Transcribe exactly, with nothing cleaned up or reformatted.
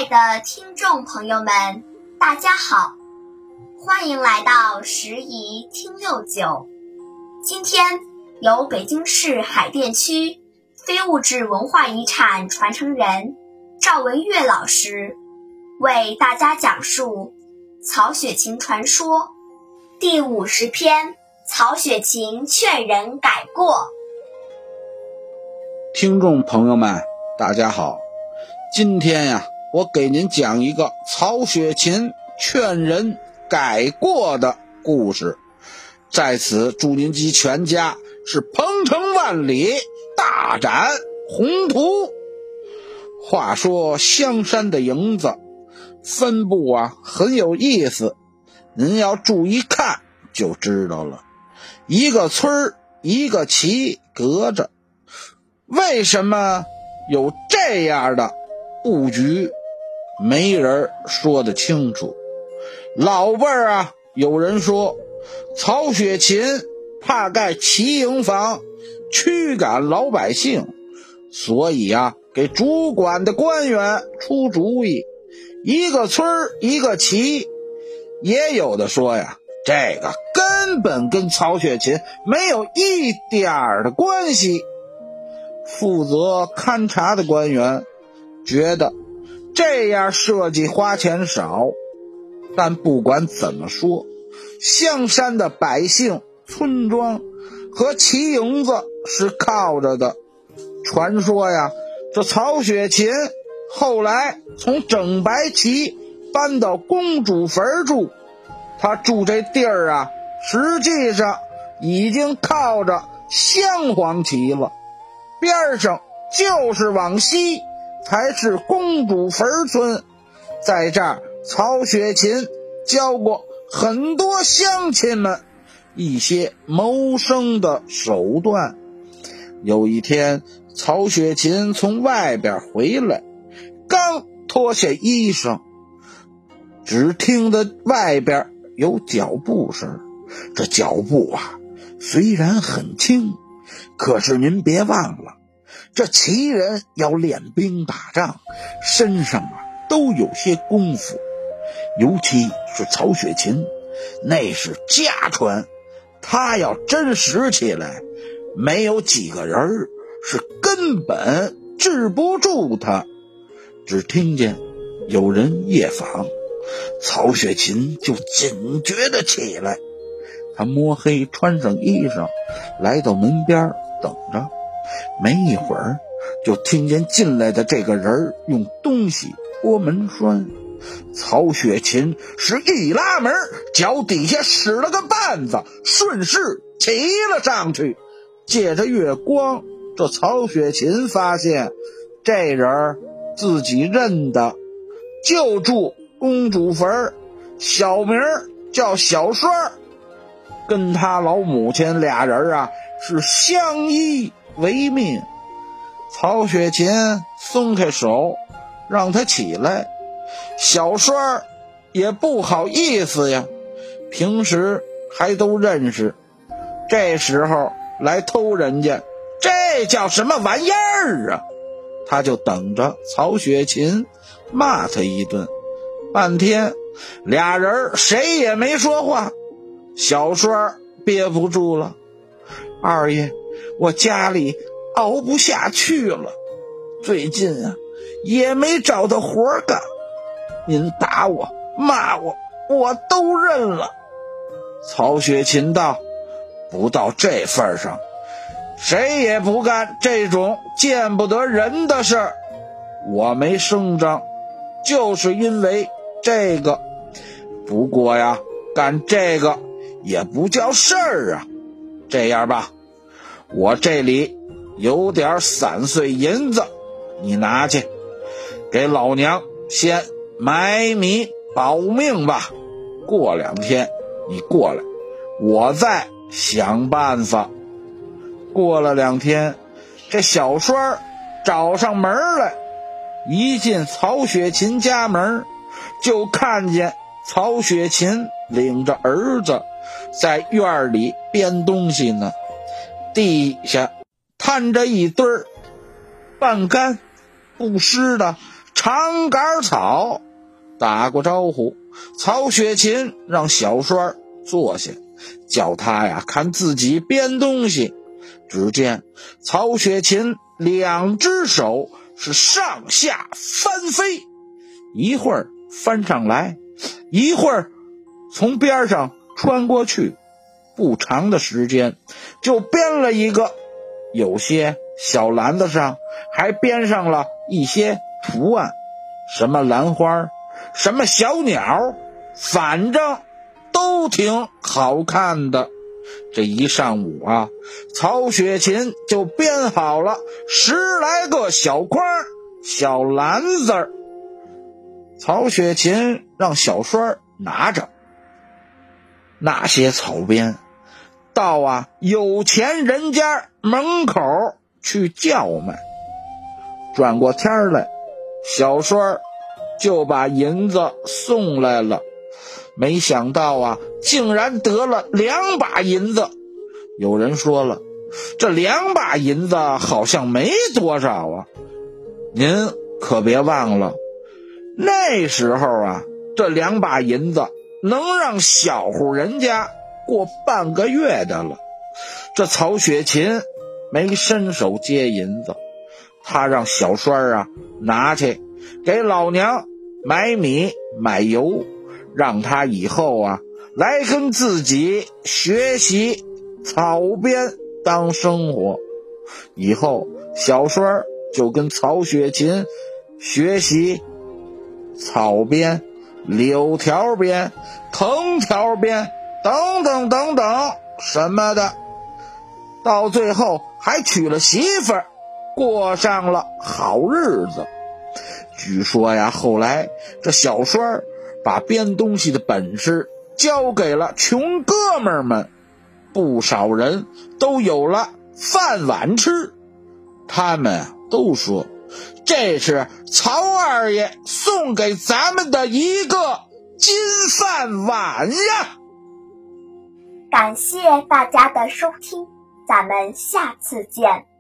的听众朋友们，大家好，欢迎来到时宜听六九。今天由北京市海淀区非物质文化遗产传承人赵文月老师为大家讲述曹雪芹传说第五十篇，曹雪芹劝人改过。 听众朋友们，大家好，今天呀，我给您讲一个曹雪芹劝人改过的故事。在此祝您及全家是鹏程万里，大展宏图。话说香山的营子分布啊很有意思，您要注意看就知道了。一个村儿一个旗隔着，为什么有这样的布局，没人说得清楚。老辈儿啊，有人说曹雪芹怕盖旗营房驱赶老百姓，所以啊给主管的官员出主意，一个村儿一个旗。也有的说呀，这个根本跟曹雪芹没有一点儿的关系。负责勘察的官员觉得这样设计花钱少，但不管怎么说，香山的百姓村庄和旗营子是靠着的。传说呀，这曹雪芹后来从整白旗搬到公主坟住，他住这地儿啊，实际上已经靠着镶黄旗了，边上就是往西才是公主坟村。在这儿曹雪芹教过很多乡亲们一些谋生的手段。有一天曹雪芹从外边回来，刚脱下衣裳，只听得外边有脚步声。这脚步啊虽然很轻，可是您别忘了，这旗人要练兵打仗，身上啊都有些功夫，尤其是曹雪芹，那是家传，他要真使起来，没有几个人是根本治不住他。只听见有人夜访，曹雪芹就警觉了起来。他摸黑穿上衣裳，来到门边等着。没一会儿，就听见进来的这个人用东西拨门栓。曹雪芹是一拉门，脚底下使了个绊子，顺势骑了上去。借着月光，这曹雪芹发现这人自己认得，就住公主坟，小名叫小栓，跟他老母亲俩人啊是相依为命。曹雪芹松开手让他起来，小栓也不好意思呀，平时还都认识，这时候来偷人家，这叫什么玩意儿啊？他就等着曹雪芹骂他一顿。半天俩人谁也没说话。小栓憋不住了，二爷，我家里熬不下去了，最近啊也没找到活干，您打我骂我我都认了。曹雪芹道，不到这份上，谁也不干这种见不得人的事儿。我没声张，就是因为这个。不过呀，干这个也不叫事儿啊。这样吧，我这里有点散碎银子，你拿去给老娘先买米保命吧。过两天你过来，我再想办法。过了两天，这小栓找上门来，一进曹雪芹家门，就看见曹雪芹领着儿子在院里编东西呢，地下摊着一堆儿半干不湿的长杆草。打过招呼，曹雪芹让小栓坐下，叫他呀看自己编东西。只见曹雪芹两只手是上下翻飞，一会儿翻上来，一会儿从边上穿过去，不长的时间就编了一个，有些小篮子上还编上了一些图案，什么兰花，什么小鸟，反正都挺好看的。这一上午啊，曹雪芹就编好了十来个小筐小篮子。曹雪芹让小栓拿着那些草编，到啊有钱人家门口去叫卖。转过天来，小栓就把银子送来了。没想到啊，竟然得了两把银子。有人说了，这两把银子好像没多少啊。您可别忘了，那时候啊，这两把银子能让小户人家过半个月的了。这曹雪芹没伸手接银子，他让小栓啊拿去给老娘买米买油，让他以后啊来跟自己学习草编当生活。以后小栓就跟曹雪芹学习草编、柳条编、藤条编等等等等什么的，到最后还娶了媳妇儿，过上了好日子。据说呀，后来这小栓把编东西的本事交给了穷哥们儿们，不少人都有了饭碗吃。他们啊都说这是曹二爷送给咱们的一个金饭碗呀。 感谢大家的收听，咱们下次见。